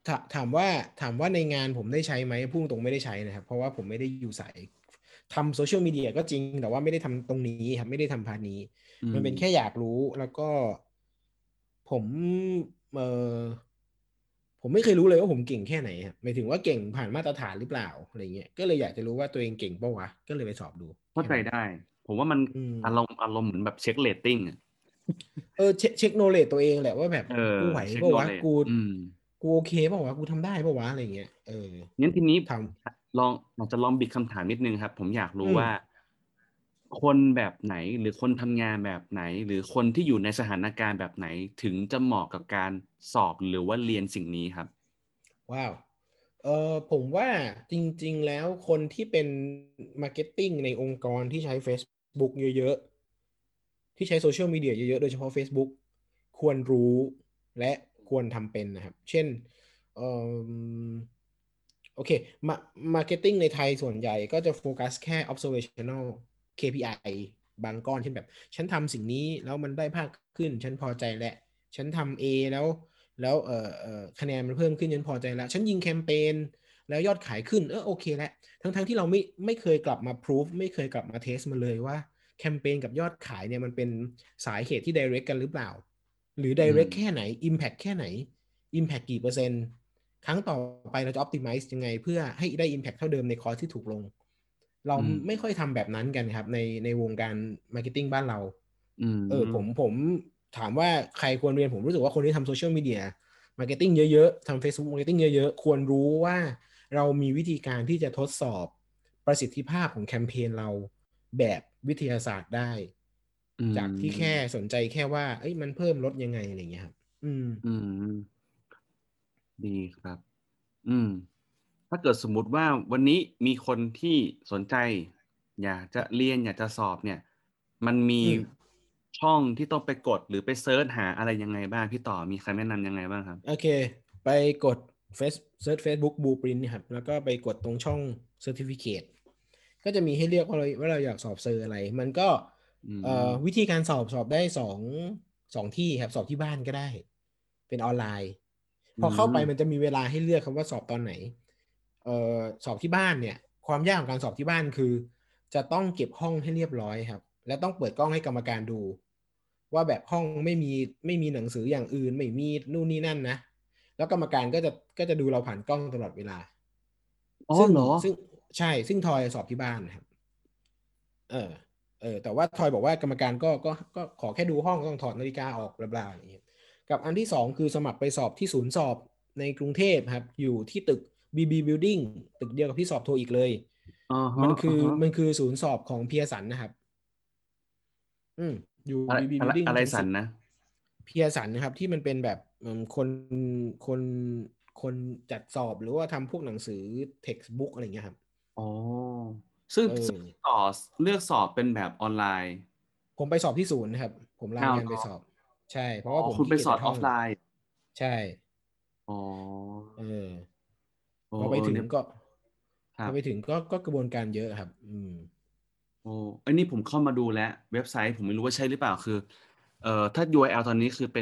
ถาถามว่าถามว่าในงานผมได้ใช้ไหมพุ่งตรงไม่ได้ใช้นะครับเพราะว่าผมไม่ได้อยู่สายทำโซเชียลมีเดียก็จริงแต่ว่าไม่ได้ทำตรงนี้ครับไม่ได้ทำพาร์ทนี้มันเป็นแค่อยากรู้แล้วก็ผมเออผมไม่เคยรู้เลยว่าผมเก่งแค่ไหนครับหมายถึงว่าเก่งผ่านมาตรฐานหรือเปล่าอะไรเงี้ยก็เลยอยากจะรู้ว่าตัวเองเก่งปะวะก็เลยไปสอบดูเข้าแค่นั้นใจได้ผมว่ามันอืมอารมณ์อารมณ์เหมือนแบบเช็คเรตติ้งอ่ะเออเช็คเช็คโนเลจตัวเองแหละว่าแบบเออกูไหวเช็คปะโนเลจวะกูอืมกูโอเคปะวะกูทำได้ปะวะอะไรเงี้ยเอองั้นทีนี้ทลองอาจจะลองบิดคำถามนิดนึงครับผมอยากำอืรู้มว่าคนแบบไหนหรือคนทำงานแบบไหนหรือคนที่อยู่ในสถานการณ์แบบไหนถึงจะเหมาะกับการสอบหรือว่าเรียนสิ่งนี้ครับว้าวเออผมว่าจริงๆแล้วคนที่เป็นมาร์เก็ตติ้งในองค์กรที่ใช้ Facebook เยอะๆที่ใช้โซเชียลมีเดียเยอะๆโดยเฉพาะ Facebook ควรรู้และควรทำเป็นนะครับเช่นเอ่อโอเคมามาร์เก็ตติ้งในไทยส่วนใหญ่ก็จะโฟกัสแค่ observational เค พี ไอ บางก้อนเช่นแบบฉันทำสิ่งนี้แล้วมันได้ภาคขึ้นฉันพอใจแล้วฉันทำ A แล้วแล้วเอ่อเอ่อคะแนนมันเพิ่มขึ้นฉันพอใจแล้วฉันยิงแคมเปญแล้วยอดขายขึ้นเออโอเคแล้วทั้งทั้งที่เราไม่ไม่เคยกลับมาพิสูจไม่เคยกลับมาเทสมาเลยว่าแคมเปญกับยอดขายเนี่ยมันเป็นสาเหตุที่ direct กันหรือเปล่าหรืออืม direct แค่ไหน impact แค่ไหน impact กี่เปอร์เซ็นต์ครั้งต่อไปเราจะ optimize ยังไงเพื่อให้ได้ impact เท่าเดิมในคอร์สที่ถูกลงเราอืมไม่ค่อยทำแบบนั้นกันครับในในวงการ marketing บ้านเราอืเออผมมผมถามว่าใครควรเรียนผมรู้สึกว่าคนที่ทำโซเชียลมีเดียมาร์เก็ตติ้งเยอะๆทำ Facebook Marketing เยอะๆควรรู้ว่าเรามีวิธีการที่จะทดสอบประสิทธิภาพของแคมเปญเราแบบวิทยาศาสตร์ได้อืจากที่แค่มสนใจแค่ว่าเอ้ยมันเพิ่มลดยังไงอะไรเงี้ยครับอืมอืมดีครับอืมถ้าเกิดสมมุติว่าวันนี้มีคนที่สนใจอยากจะเรียนอยากจะสอบเนี่ยมันมีอืมช่องที่ต้องไปกดหรือไปเซิร์ชหาอะไรยังไงบ้างพี่ต่อมีใครแนะนำยังไงบ้างครับโอเคไปกด Face Search Facebook Blueprint นะครับแล้วก็ไปกดตรงช่อง Certificate ก็จะมีให้เลือกว่าเราว่าเราอยากสอบเซอร์อะไรมันก็อืเอ่อวิมธีการสอบสอบได้สองสองที่ครับสอบที่บ้านก็ได้เป็นออนไลน์พอือเข้าไปมันมจะมีเวลาให้เลือกครับว่าสอบตอนไหนเอ่อสอบที่บ้านเนี่ยความยากของการสอบที่บ้านคือจะต้องเก็บห้องให้เรียบร้อยครับและต้องเปิดกล้องให้กรรมการดูว่าแบบห้องไม่มีไม่มีหนังสืออย่างอื่นไม่มีนู่นนี่นั่นนะ แล้วกรรมการก็จะก็จะดูเราผ่านกล้องตลอดเวลาซึ่งอ๋อเหรอซึ่งใช่ซึ่งทอยสอบที่บ้านนะครับเออเออแต่ว่าทอยบอกว่ากรรมการก็ก็ก็ขอแค่ดูห้องต้องถอดนาฬิกาออกบลาๆอย่างเงี้ยกับอันที่สองคือสมัครไปสอบที่ศูนย์สอบในกรุงเทพครับอยู่ที่ตึก บี บี Building ตึกเดียวกับที่สอบโทอีกเลยอ่าฮะมันคืออ่าฮะมันคือศูนย์สอบของเพียสันนะครับอืมอยู่อะไรบี บีอะไร Building อะไรชั้นสิบสันนะเพียสันนะครับที่มันเป็นแบบเอิ่มคนคนคนจัดสอบหรือว่าทำพวกหนังสือ textbook อะไรเงี้ยครับอ๋อซึ่งเอซึ่งอต่อเลือกสอบเป็นแบบออนไลน์ผมไปสอบที่ศูนย์นะครับผมลาอ้าวเหรองานไปสอบใช่เพอ๋อราะว่าผมขี้คุณไปสอบเกียจไปท่องออฟไลน์ใช่อ๋อเออโอ้พอไปเออเนี่ยถึงก็ครับพอไปถึงก็ก็กระบวนการเยอะครับอืมโอ้อันนี้ผมเข้ามาดูแล้วเว็บไซต์ผมไม่รู้ว่าใช่หรือเปล่าคือเอ่อถ้า ยู อาร์ แอล ตอนนี้คือเป็น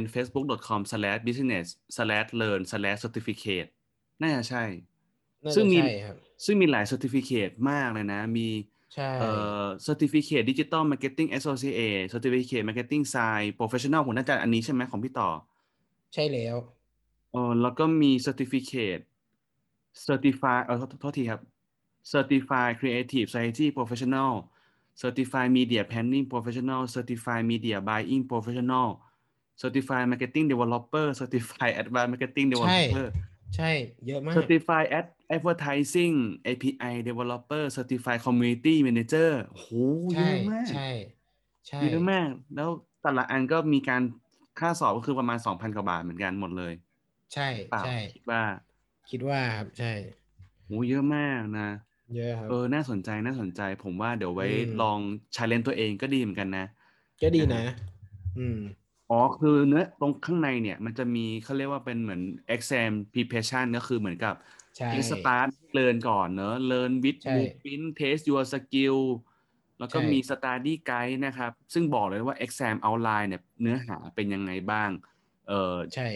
facebook.com/business/learn/certificate น่าจะใช่ซึ่งมีน่าจะใช่ครับซึ่งมีหลาย certificate มากเลยนะมีใช่เอ่อ certificate digital marketing associate certificate marketing science professional ผมน่าจะอันนี้ใช่ไหมของพี่ต่อใช่แล้วเออแล้วก็มี certificate certify เออโทษโทษทีครับ certified creative society professional certified media planning professional certified media buying professional certified marketing developer certified advanced marketing ใช่ developer ใช่เยอะมาก certified ad advertising เอ พี ไอ developer certified community manager โอ้โหใช่เยอะมากใช่ใช่เยอะมากแล้วแต่ละอันก็มีการค่าสอบก็คือประมาณสองพันกว่าบาทเหมือนกันหมดเลยใช่เปล่าใช่คิดว่าคิดว่าครับใช่โอ้เยอะมากนะเยอะครับเออน่าสนใจน่าสนใจผมว่าเดี๋ยวไว้อืมลองชาเลนจ์ตัวเองก็ดีเหมือนกันนะนะฮะก็ดีนะอืมอ๋อคือเนื้อตรงข้างในเนี่ยมันจะมีเขาเรียกว่าเป็นเหมือน exam preparation ก็คือเหมือนกับใช่ case start learn ก่อนเนอะ learn with ใช่ blueprint test your skill แล้วก็ใช่มี study guide นะครับซึ่งบอกเลยว่า exam outline เนี่ยเนื้อหาเป็นยังไงบ้างเอ่อใช่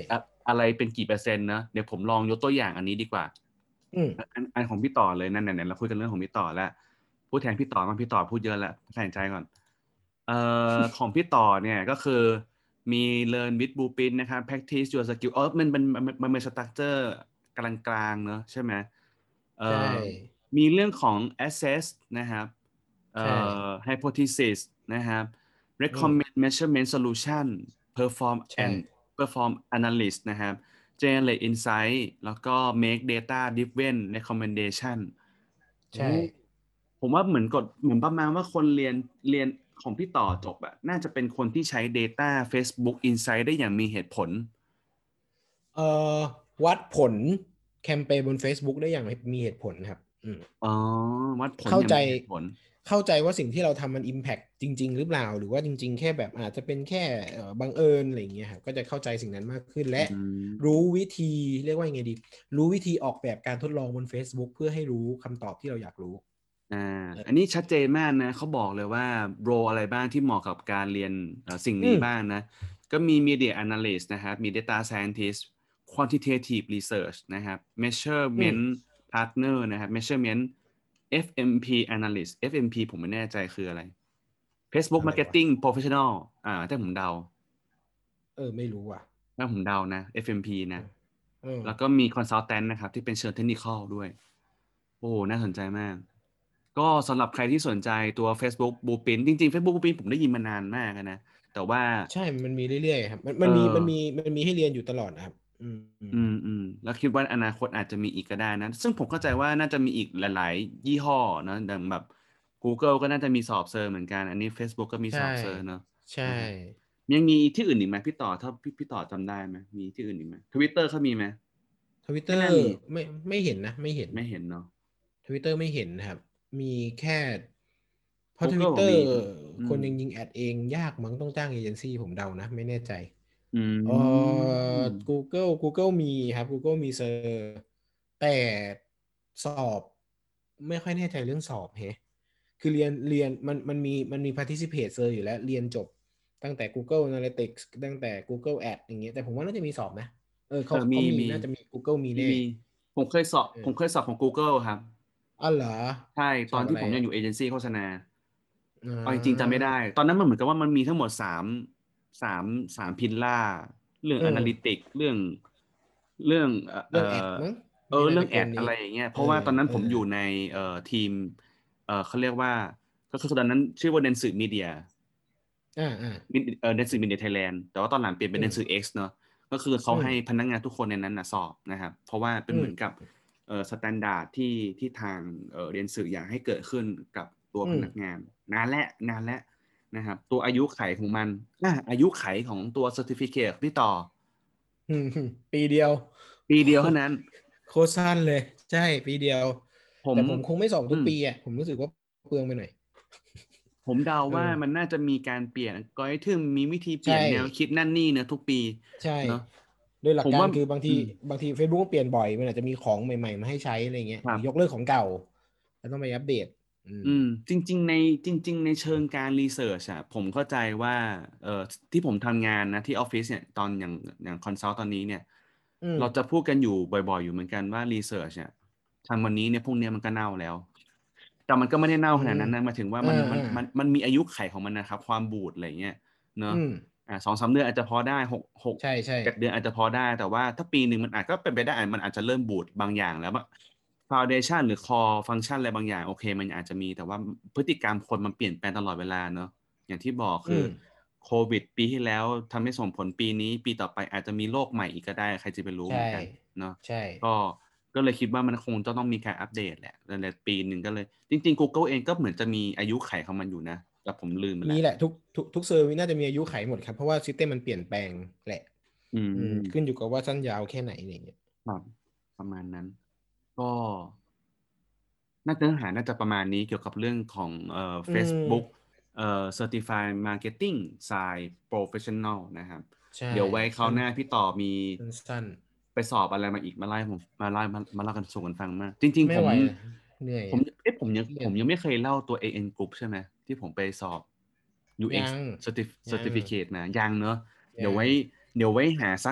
อะไรเป็นกี่เปอร์เซ็นต์นะเดี๋ยวผมลองยกตัวอย่างอันนี้ดีกว่าอืมอันอันของพี่ต่อเลยนั่นไหนๆเราคุยกันเรื่องของพี่ต่อแล้วพูดแทนพี่ต่อมาพี่ต่อพูดเยอะแล้วใส่ใจก่อนเอ่อของพี่ต่อเนี่ยก็คือมี learn with blueprint นะครับ practice your skill เออมันมันมันมันเป็น structure กลางๆเนอะใช่ไหมเอ่ใช่อมีเรื่องของ assess นะครับเอ่ใช่อ hypothesis นะครับอืม recommend measurement solution perform ใช่ and perform analysis นะครับ generate insight แล้วก็ make data driven recommendation ใช่โอ้ผมว่าเหมือนกดเหมือนประมาณว่าคนเรียนเรียนของพี่ต่อจบอะน่าจะเป็นคนที่ใช้ data Facebook Insight ได้อย่างมีเหตุผลเอ่อวัดผลแคมเปญบน Facebook ได้อย่างมีเหตุผลครับอืมอ๋อวัดผลเข้าใจอย่างมีเหตุผลเข้าใจว่าสิ่งที่เราทำมัน impact จริงๆหรือเปล่าหรือว่าจริงๆแค่แบบอาจจะเป็นแค่เอ่อบังเอิญอะไรอย่างเงี้ยครับก็จะเข้าใจสิ่งนั้นมากขึ้นและอืมรู้วิธีเรียกว่ายังไงดีรู้วิธีออกแบบการทดลองบน Facebook เพื่อให้รู้คำตอบที่เราอยากรู้อ่าเอออันนี้ชัดเจนมากนะเขาบอกเลยว่าโรอะไรบ้างที่เหมาะกับการเรียนเอ่อสิ่งอืมนี้บ้างนะก็มี Media Analyst นะครับมี Data Scientist Quantitative Research นะครับอืม Measurement Partner นะครับ Measurement เอฟ เอ็ม พี Analyst เอฟ เอ็ม พี ผมไม่แน่ใจคืออะไร Facebook อะไรวะ Marketing Professional อ่าถ้าผมเดาเออไม่รู้ว่ะถ้าผมเดานะ เอฟ เอ็ม พี นะเออเออแล้วก็มี Consultant นะครับที่เป็นเชิงเทคนิคอลด้วยโอ้น่าสนใจมาก ก็สำหรับใครที่สนใจตัว Facebook Blueprint จริงๆ Facebook Blueprint ผมได้ยินมานานมากนะแต่ว่าใช่มันมีเรื่อยๆครับมันเอมันมีมันอมีมันมีให้เรียนอยู่ตลอดนะครับอืมอืมอืมอืมแล้วคิดว่าอนาคตอาจจะมีอีกก็ได้นะซึ่งผมเข้าใจว่าน่าจะมีอีกหลายๆยี่ห้อนะดังแบบ Google ก็น่าจะมีสอบเซอร์เหมือนกันอันนี้ Facebook ก็มีสใช่อบเซอร์เนอะใช่นะครับยังมีที่อื่นอีกไหมพี่ต่อถ้าพี่พี่ต่อจำได้ไหมมีที่อื่นอีกไหม Twitter เขามีไหมทวิตเตไม่น่าอร์มีไม่ไม่เห็นนะไม่เห็นไม่เห็นเนาะทวิตเตอร์ไม่เห็นนะครับมีแค่เพราะทวิต Google เตอร์ผมมีอืมคนยังยิงแอดเองยากมั้งต้องจ้างเอเจนซี่ผมเดานะไม่แน่ใจอืเอ่อม Google Google มีครับ Google มีเซอร์แต่สอบไม่ค่อยแน่ใจเรื่องสอบเฮะคือเรียนเรียนมันมันมีมันมี participate เซอร์อยู่แล้วเรียนจบตั้งแต่ Google Analytics ตั้งแต่ Google Ads อย่างเงี้ยแต่ผมว่าน่าจะมีสอบนะเออเออมีเขาเขามีมีน่าจะมี Google มีแน่มีมีผมเคยสอบเออผมเคยสอบของ Google ครับอ๋อเหรอใช่ตสอนที่อบอะไรอ่ะผมยังอยู่เอเจนซี่โฆษณาอ่เอาจริงๆจำไม่าได้ตอนนั้นมันเหมือนกับว่ามันมีทั้งหมดสามสามสามพิลล่าเรื่องเออ Analytics เรื่องเรื่องเอ่อเอ่เรื่องแอดอมั้งเออไม่น่าเรื่องแอดจะเกินนี้อะไรอย่างเงี้ยเพเออราะว่าตอนนั้นเออผมอยู่ในเอ่อทีมเอ่อเขาเรียกว่าก็คือตอนนั้นชื่อว่าเดนสึมีเดียอ่าอ่ามิเอ่อเดนสึมีเดียไทยแลนด์แต่ว่าตอนหลังเปลี่ยนเป็นอืมเดนสึเอ็กซ์เนาะก็คือเขาอืมให้พนักงานทุกคนในนั้นนะสอบนะครับเพราะว่าเป็นอืมเหมือนกับเอ่อสแตนดาร์ดที่ที่ทางเอ่อเรียนสื่ออยากให้เกิดขึ้นกับตัวอืมพนักงานนานและนานและนะครับตัวอายุไขของมันอ่ะอายุไขของตัว Certificate พี่ต่ออืมอืมปีเดียวปีโคเดียวเท่านั้นโคตรสั้นเลยใช่ปีเดียวผมแต่ผมคงไม่สอบทุอืมกปีอ่ะผมรู้สึกว่าเปลืองไปหน่อยผมเดาเอว่าอมันน่าจะมีการเปลี่ยนอัลกอริทึมมีวิธีเปใช่ลี่ยนแนวคิดนั่นนี่เนอะทุกปีใช่เนาะโดยหลักการผมว่าคือบางทีอืมบางที Facebook ก็เปลี่ยนบ่อยมันอาจจะมีของใหม่ๆมาให้ใช้อะไรเงี้ยหรือยกครับเลิกของเก่าแล้วต้องไปอัปเดตอืมอืมจริงๆในจริงๆในเชิงการรีเสิร์ชอะผมเข้าใจว่าเอ่อที่ผมทำงานนะที่ออฟฟิศเนี่ยตอนอย่างอย่างคอนซัลท์ตอนนี้เนี่ยอืมเราจะพูดกันอยู่บ่อยๆอยู่เหมือนกันว่ารีเสิร์ชเนี่ยทำวันนี้เนี่ยพรุ่งนี้มันก็เน่าแล้วแต่มันก็ไม่ได้เน่าอืมขนาดนั้นนะหมายถึงว่าอ่ามันมันอ่ามันมันมีอายุไขของมันนะครับความบูดอะไรเงี้ยเนอะอืมอ่าสองสามเดือนอาจจะพอได้หกหกใช่ใช่เจ็ดเดือนอาจจะพอได้แต่ว่าถ้าปีหนึ่งมันอาจก็เป็นไปได้อาจมันอาจจะเริ่มบูดบางอย่างแล้ว Foundation หรือ Core Function อะไรบางอย่างโอเคมันอาจจะมีแต่ว่าพฤติกรรมคนมันเปลี่ยนแปลงตลอดเวลาเนอะอย่างที่บอกคืออืมโควิดปีที่แล้วทำให้ส่งผลปีนี้ปีต่อไปอาจจะมีโรคใหม่อีกก็ได้ใครจะไปรู้ใช่เหมือนกันเนาะใช่ก็ก็เลยคิดว่ามันคงจะต้องมีการอัปเดตแหละในปีหนึ่งก็เลยจริงๆ Google เองก็เหมือนจะมีอายุไขของมันอยู่นะแต่ผมลืมไปแล้วมีแหละทุกทุกทุกเซอร์วิสน่าจะมีอายุไขหมดครับเพราะว่าซิสเต็มมันเปลี่ยนแปลงแหละอือืมขึ้นมอยู่กับว่าสั้นยาวแค่ไหนอะไรเงี้ยครับประมาณนั้นก็ น่าเนื้อหาน่าจะประมาณนี้เกี่ยวกับเรื่องของเอ่ออืม Facebook เอ่อ Certified Marketing Side Professional นะครับใช่เดี๋ยวไว้คราวสั้นหน้าพี่ต่อมีสั้นไปสอบอะไรมาอีกมาไล่ผมมาไล่มามาเล่ากันสู่กันฟังมากจริงๆผมไม่ไหวนะเหนื่อยผมอ่ะเอ๊ะผมยังเครียดผมยังไม่เคยเล่าตัว เอ เอ็น Group ใช่ไหมที่ผมไปสอบ ยู เอ็กซ์ยัง Certif- ยัง Certificate มายังเนอะเดี๋ยวยังไว้เดี๋ยวไว้หาสัก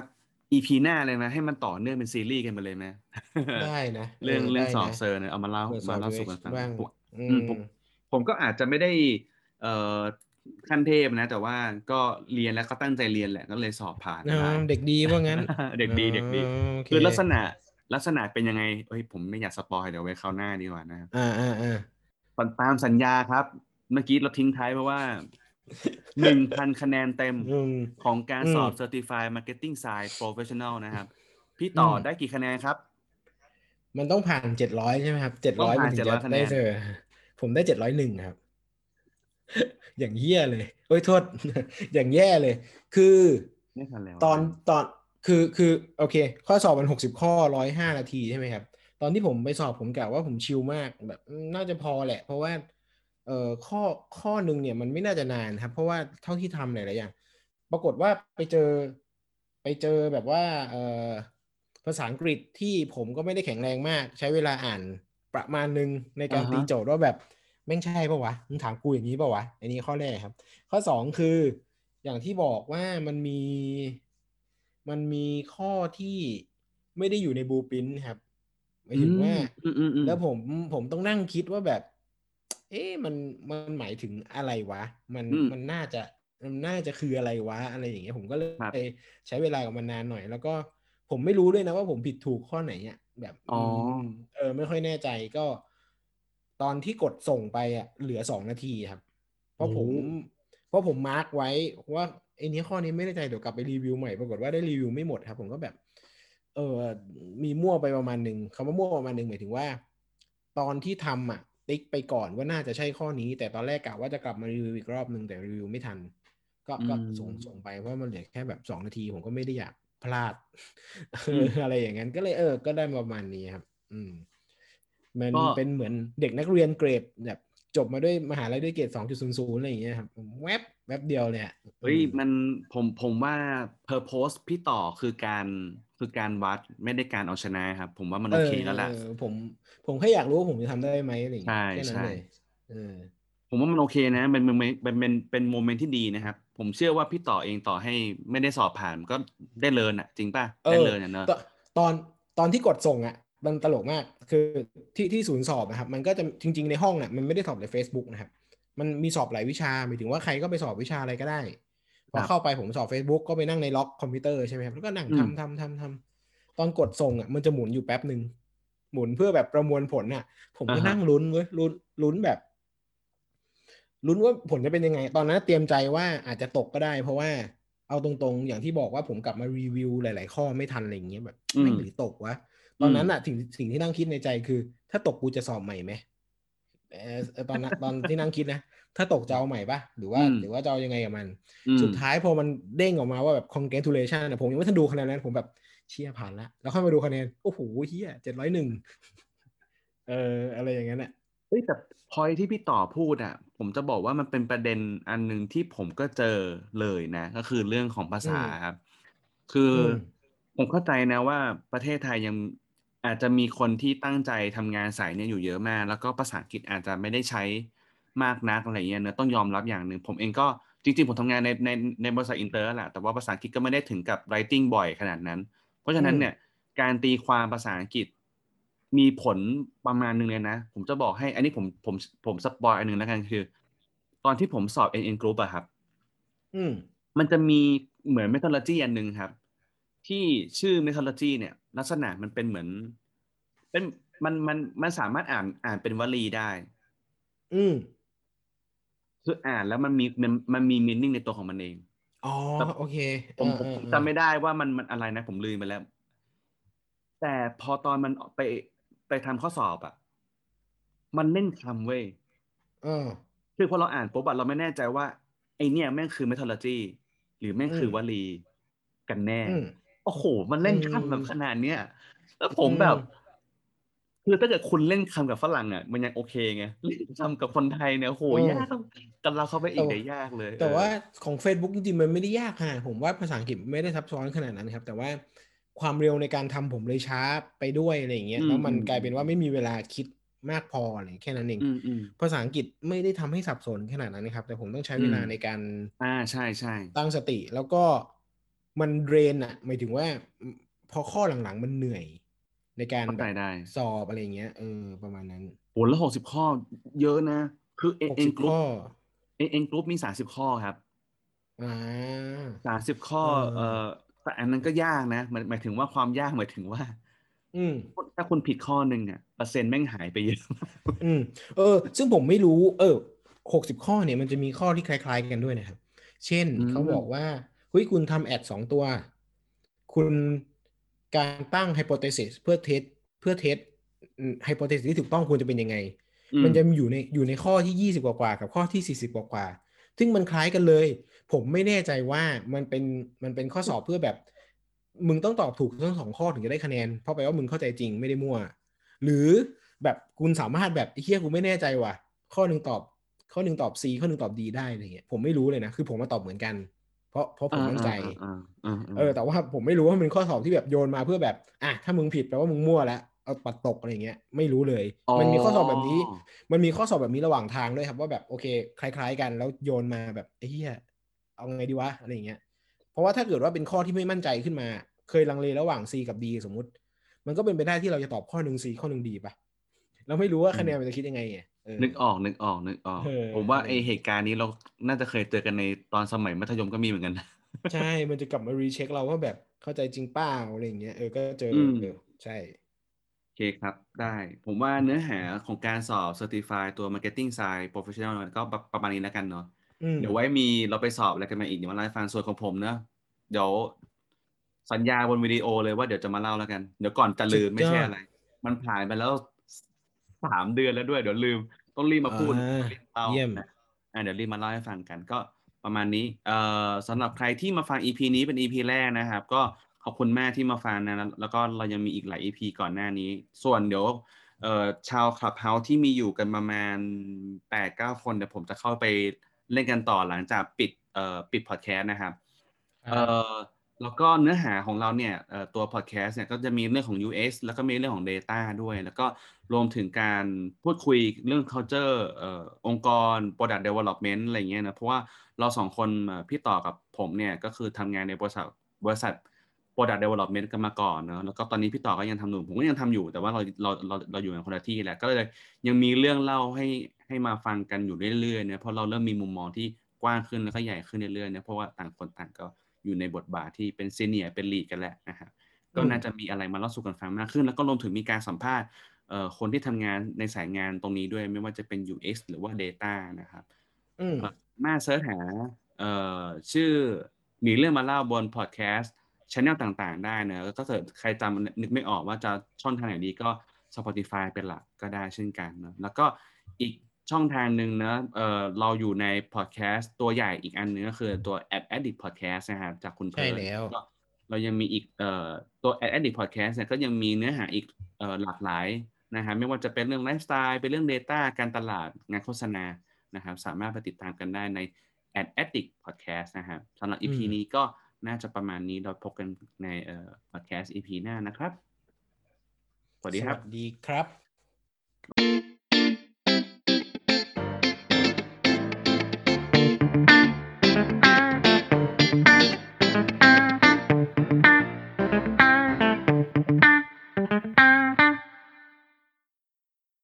อี พี หน้าเลยไหมให้มันต่อเนื่องเป็นซีรีส์กันไปเลยไหมได้นะเอเรื่องอได้เรื่องสอบนะเซอร์เนี่ยเอามาเล่าเปิดสมาอบเล่าสู่ยู เอ็กซ์กันฟังบ้างผมอือืมมผมผมก็อาจจะไม่ได้เอ่อขั้นเทพนะ แต่ว่าก็เรียนแล้วก็ตั้งใจเรียนแหละก็เลยสอบผ่านอ๋อได้เด็กดีว่างั้นเด็กอ๋อดีเด็กดีโอเคคือลักษณะลักษณะเป็นยังไงเอ้ยผมไม่อยากสปอยเดี๋ยวไว้คราวหน้าดีกว่านะครับอ่าอ่าอ่าตามสัญญาครับ เมื่อกี้เราทิ้งท้ายเพราะว่าหนึ่งพันคะแนนเต็มอืมของการอืมสอบ Certified Marketing Science Professional นะครับพี่อืมต่อได้กี่คะแนนครับมันต้องผ่านเจ็ดร้อยใช่ไหมครับเจ็ดต้องผ่านร้อยมันถึงจะเจ็ดร้อยคะแนนได้เซอร์ผมได้เจ็ดร้อยหนึ่งครับ อย่างเหี้ยเลยโอ้ยโทษ อย่างแย่เลย คือไม่ทันแล้วตอนนะตอนคือคือโอเค ข้อสอบมันหกสิบข้อร้อยห้านาทีใช่ไหมครับ ตอนที่ผมไปสอบผมกะว่าผมชิลมากแบบอืมน่าจะพอแหละ เพราะว่าเอ่อข้อข้อหนึ่งเนี่ยมันไม่น่าจะนานครับ เพราะว่าเท่าที่ทำหลายๆอย่างปรากฏว่าไปเจอไปเจอแบบว่าเอ่อภาษาอังกฤษที่ผมก็ไม่ได้แข็งแรงมาก ใช้เวลาอ่านประมาณหนึ่งในการตีอ่าฮะโจทย์ว่าแบบแม่งใช่ปะวะมึงถามกูอย่างนี้ปะวะอันนี้ข้อแรกครับ ข้อสองคืออย่างที่บอกว่ามันมีมันมีข้อที่ไม่ได้อยู่ในบลูพรินท์ครับหมายอืมถึงว่าอืมอืมอืมแล้วผมผมต้องนั่งคิดว่าแบบ เอ๊ะมันมันหมายถึงอะไรวะมันอืมมันน่าจะมันน่าจะคืออะไรวะอะไรอย่างเงี้ยผมก็เลยครับใช้เวลากับมันนานหน่อย แล้วก็ผมไม่รู้ด้วยนะว่าผมผิดถูกข้อไหนอ่ะแบบอ๋ออืมเออไม่ค่อยแน่ใจก็ตอนที่กดส่งไปอ่ะเหลือสองนาทีครับ เพโอ้ราะผมเพราะผมมาร์กไว้ว่าไอ้นี้ข้อนี้ไม่ได้ใจเดี๋ยวกลับไปรีวิวใหม่ปรากฏว่าได้รีวิวไม่หมดครับผมก็แบบเออมีมั่วไปประมาณหนึ่งคำว่ามั่วประมาณหนึ่งหมายถึงว่าตอนที่ทำอ่ะติ๊กไปก่อนว่าน่าจะใช่ข้อนี้แต่ตอนแรกกะว่าจะกลับมารีวิวอีกรอบหนึ่งแต่รีวิวไม่ทันก็อืก็ส่งส่งมไปเพราะมันเหลือแค่แบบสองนาทีผมก็ไม่ได้อยากพลาดอืมอะไรอย่างนั้นก็เลยเออก็ได้ประมาณนี้ครับอืมมันก็เป็นเหมือนเด็กนักเรียนเกรดแบบจบมาด้วยมหาลัยด้วยเกรดสองจุดศูนย์ศูนย์อะไรอย่างเงี้ยครับแวบแวบเดียวเลยอ่ะอืเฮ้ยมมันผมผมว่า purpose พี่ต่อคือการคือการวัดไม่ได้การเอาชนะครับผมว่ามันเออโอเคแล้วแหละผมผมแค่อยากรู้ว่าผมจะทำได้ไหมอะไรอย่างใช่เงี้ยแค่นั้นใช่เลยเออผมว่ามันโอเคนะเป็นเป็นเป็นเป็นเป็นโมเมนต์ที่ดีนะครับผมเชื่อว่าพี่ต่อเองต่อให้ไม่ได้สอบผ่านก็ได้เรียนอ่ะจริงป่ะเออได้เรียนอ่ะเนอะตอนตอนตอนที่กดส่งอ่ะมันตลกมากคือที่ที่ศูนย์สอบนะครับมันก็จะจริงๆในห้องน่ะมันไม่ได้สอบใน Facebook นะครับมันมีสอบหลายวิชาหมายถึงว่าใครก็ไปสอบวิชาอะไรก็ได้พอเข้าไปครับผมสอบ Facebook ก็ไปนั่งในล็อกคอมพิวเตอร์ใช่ไหมครับแล้วก็นั่งอืมทำทำทำทำตอนกดส่งอ่ะมันจะหมุนอยู่แป๊บหนึ่งหมุนเพื่อแบบประมวลผลน่ะผมอ่าฮะก็นั่งลุ้นเว้ยลุ้นลุ้นแบบลุ้นว่าผลจะเป็นยังไงตอนนั้นเตรียมใจว่าอาจจะตกก็ได้เพราะว่าเอาตรงๆอย่างที่บอกว่าผมกลับมารีวิวหลายๆข้อไม่ทันอะไรอย่างเงี้ยแบบอืมแม่งหรือตกวะตอืมอนนั้นอะสิ่งสิ่งที่นั่งคิดในใจคือถ้าตกกูจะสอบใหม่ไหมเออเออตอนนั้นตอนที่นั่งคิดนะถ้าตกจะเอาใหม่ปะหรือว่าอืมหรือว่าจะเอายังไงกับมันอืมสุดท้ายพอมันเด้งออกมาว่าแบบ congratulation นะผมยังไม่ทันดูคะแนนนั้นผมแบบเชี่ยผ่านละแล้วค่อยมาดูคะแนนโอ้โหเฮียเจ็ดร้อยหนึ่งเอออะไรอย่างนั้นอะเฮ้ยแต่พอยที่พี่ต่อพูดอ่ะผมจะบอกว่ามันเป็นประเด็นอันหนึ่งที่ผมก็เจอเลยนะก็คือเรื่องของภาษาอืมครับคืออืมผมเข้าใจนะว่าประเทศไทยยังอาจจะมีคนที่ตั้งใจทำงานสายเนี่ยอยู่เยอะมากแล้วก็ภาษาอังกฤษอาจจะไม่ได้ใช้มากนักอะไรเงี้ยเนอะต้องยอมรับอย่างหนึ่งผมเองก็จริงๆผมทำงานในในในบริษัทอินเตอร์แหละแต่ว่าภาษาอังกฤษก็ไม่ได้ถึงกับ writing บ่อยขนาดนั้น เพราะฉะอืมนั้นเนี่ยการตีความภาษาอังกฤษมีผลประมาณหนึงเลยนะผมจะบอกให้อันนี้ผมผมผมสปอยอันหนึ่งแล้วกันคือตอนที่ผมสอบ เอ็น เอ็น Group อะครับอืมมันจะมีเหมือน methodology อันหนึ่งครับที่ชื่อ methodology เนี่ยลักษณะมันเป็นเหมือนเป็นมันมันมันสามารถอ่านอ่านเป็นวลีได้อืมคืออ่านแล้วมันมีมันมันมี meaning ในตัวของมันเองอ๋อแต่โอเคเออผมผมเออเออจำไม่ได้ว่ามันมันอะไรนะผมลืมไปแล้ว แต่พอตอนมันไปไปทำข้อสอบอ่ะมันเล่นคำเว้ยเออคือพอเราอ่านปุ๊บอะเราไม่แน่ใจว่าไอเนี่ยแม่งคือ methodology หรือแม่งอืมคือวลีกันแน่อืมโอ้โหมันอืเล่นคำแบบขมนาดเนี้ยแล้วผอืมมแบบคือถ้าเกิดคุณเล่นคำกับฝรั่งอ่ะมันยังโอเคไงเล่นคำกับคนไทยเนี่ยโอ้โหเออยากกันเราเข้าไปแต่ว่าอีกเนี่ยยากเลยเออแต่ว่าของ Facebook จริงๆมันไม่ได้ยากค่ะผมว่าภาษาอังกฤษไม่ได้ซับซ้อนขนาดนั้นครับแต่ว่าความเร็วในการทำผมเลยช้าไปด้วยอะไรอย่างเงี้ยอืมแล้วมันอืมอืมกลายเป็นว่าไม่มีเวลาคิดมากพออะไรแค่นั้นเองอืมอืมภาษาอังกฤษไม่ได้ทำให้สับสนขนาดนั้นนะครับแต่ผมต้องใช้อืมเวลาในการอ่าใช่ใช่ตั้งสติแล้วก็มันเดรนอะหมายถึงว่าพอข้อหลังๆมันเหนื่อยในการเข้าแบใจบได้สอบอะไรเงี้ยเออประมาณนั้นโอ้แล้วหกสิบข้อเยอะนะคือเอหกเอ็สินบกรุ๊ปข้อเอ เอ็น กรุ๊ปมีสามสิบข้อครับอ่าสามสิบข้อเอเอ่ออแต่อันนั้นก็ยากนะหมายหมายถึงว่าความยากหมายถึงว่าอืมถ้าคุณผิดข้อหนึ่งอ่ะเปอร์เซ็นต์แม่งหายไปเยอะมากอืมเออซึ่งผมไม่รู้เออหกสิบข้อเนี่ยมันจะมีข้อที่คล้ายๆกันด้วยนะครับเช่นอืเขาบมอกว่าเฮ้ยคุณทำแอดสองตัวคุณการตั้งไฮโปเทซิสเพื่อเทสเพื่อเทสไฮโปเทซิสที่ถูกต้องควรจะเป็นยังไงอืมมันจะอยู่ในอยู่ในข้อที่ยี่สิบกว่าๆกับข้อที่สี่สิบกว่าๆซึ่งมันคล้ายกันเลยผมไม่แน่ใจว่ามันเป็นมันเป็นข้อสอบเพื่อแบบมึงต้องตอบถูกทั้งสองข้อถึงจะได้คะแนนเพราะแปลว่ามึงเข้าใจจริงไม่ได้มั่ว หรือแบบคุณสามารถแบบไอ้เหี้ยกูไม่แน่ใจว่ะข้อหนึ่งตอบข้อหนึ่งตอบ C ข้อหนึ่งตอบ D ได้อะไรเงี้ยผมไม่รู้เลยนะคือผมมาตอบเหมือนกันเพราะเพราะผอ่ามมั่นใจอ่าอ่าอ่าอ่าเออแต่ว่าผมไม่รู้ว่ามันเป็นข้อสอบที่แบบโยนมาเพื่อแบบอ่ะถ้ามึงผิดแปลว่ามึงมั่วแล้วเอาปัดตกอะไรเงี้ยไม่รู้เลยอ๋อมันมีข้อสอบแบบนี้มันมีข้อสอบแบบนี้ระหว่างทางด้วยครับว่าแบบโอเคคล้ายๆกันแล้วโยนมาแบบไอ้เหี้ยเอาไงดีวะอะไรเงี้ยเพราะว่าถ้าเกิดว่าเป็นข้อที่ไม่มั่นใจขึ้นมาเคยลังเลระหว่าง C กับ D สมมุติมันก็เป็นไปได้ที่เราจะตอบข้อหนึ่ง C ข้อหนึ่ง D ป่ะ เราไม่รู้ว่าอืมคะแนนมันจะคิดยังไงไงเออนึกออกนึกออกนึกออกเออผมว่าไออะไรอย่างงี้เหตุการณ์นี้เราน่าจะเคยเจอกันในตอนสมัยมัธยมก็มีเหมือนกันนะใช่มันจะกลับมารีเช็คเราว่าแบบเข้าใจจริงเปล่าอะไรอย่างเงี้ยเออก็เจออืมเออใช่โอเคครับ ได้ ผมว่าเนื้อหาของการสอบ Certified ตัว Marketing Science Professional มันก็ประมาณนี้แล้วกันเนาะอืมเดี๋ยวไว้มีเราไปสอบอะไรกันมาอีกเดี๋ยวมาเล่าให้ฟังส่วนของผมเนอะเดี๋ยวสัญญาบนวิดีโอเลยว่าเดี๋ยวจะมาเล่าแล้วกัน เดี๋ยวก่อนจะลืสุดมไม่ยอดใช่อะไร มันผ่านไปแล้วสามเดือนแล้วด้วยเดี๋ยวลืมต้องรีบมาอ่าพูดรีบเล่าเยี่ยมนะอ่ะเดี๋ยวรีบมาเล่าให้ฟังกันก็ประมาณนี้เอ่อสำหรับใครที่มาฟัง อี พี นี้เป็น อี พี แรกนะครับก็ขอบคุณมากที่มาฟังนะแล้วก็เรายังมีอีกหลาย อี พี ก่อนหน้านี้ส่วนเดี๋ยว เอ่อชาว Clubhouse ที่มีอยู่กันประมาณแปดเก้าคนเดี๋ยวผมจะเข้าไปเล่นกันต่อหลังจากปิดเอ่อปิดพอดแคสต์นะครับเอ่ครับอแล้วก็เนื้อหาของเราเนี่ยเอ่อตัวพอดแคสต์เนี่ยก็จะมีเรื่องของ ยู เอ็กซ์ แล้วก็มีเรื่องของ Data ด้วยแล้วก็รวมถึงการพูดคุยเรื่อง culture เอ่อองค์กร product development อะไรเงี้ยนะเพราะว่าเราสองคนเอ่อพี่ต่อกับผมเนี่ยก็คือทำงานในบริษัทบริษัท Product Development กันมาก่อนเนอะแล้วก็ตอนนี้พี่ต่อก็ยังทำอยู่ผมก็ยังทำอยู่แต่ว่าเราเราเราเราอยู่ในคนละที่แหละก็เลยยังมีเรื่องเล่าให้ให้มาฟังกันอยู่เรื่อยๆเนี่ยเพราะเราเริ่มมีมุมมองที่กว้างขึ้นแล้วก็ใหญ่ขึ้นเรื่อยๆเนี่ยเพราะว่าต่างคนต่างก็อยู่ในบทบาทที่เป็นซีเนียร์เป็นลีดกันแล้วนะครับก็อืมน่าจะมีอะไรมาเล่าสู่กันฟังมากขึ้นแล้วก็รวมถึงมีการสัมภาษณ์เอ่อคนที่ทำงานในสายงานตรงนี้ด้วยไม่ว่าจะเป็น ยู เอ็กซ์ หรือว่า Data นะครับอืมเอ่อมาเสิร์ชหาเอ่อชื่อมีเรื่องมาเล่าบนพอดแคสต์ channel ต่างๆ ได้เนอะแล้วก็ถ้าเกิดใครจำนึกไม่ออกว่าจะช่องทางไหนดีก็ Spotify เป็นหลักก็ได้เช่นกันเนอะแล้วก็อีกช่องทางหนึ่งนะเออเราอยู่ในพอดแคสต์ตัวใหญ่อีกอันนึงก็คือตัว Ad Addict Podcast นะครับจากคุณเพใช่ลิร์นแล้วก็เรายังมีอีกเอ่อตัว Ad Addict Podcast เนี่ยก็ยังมีเนื้อหาอีกเอ่อหลากหลายนะฮะไม่ว่าจะเป็นเรื่องไลฟ์สไตล์เป็นเรื่อง Data การตลาดงานโฆษณานะครับสามารถไปติดตามกันได้ใน Ad Addict Podcast นะครับสำหรับอือี พีมนี้ก็น่าจะประมาณนี้เราพบกันในเอ่อ podcast อี พี หน้านะครับ สวัสดีครับสวัสดีครับ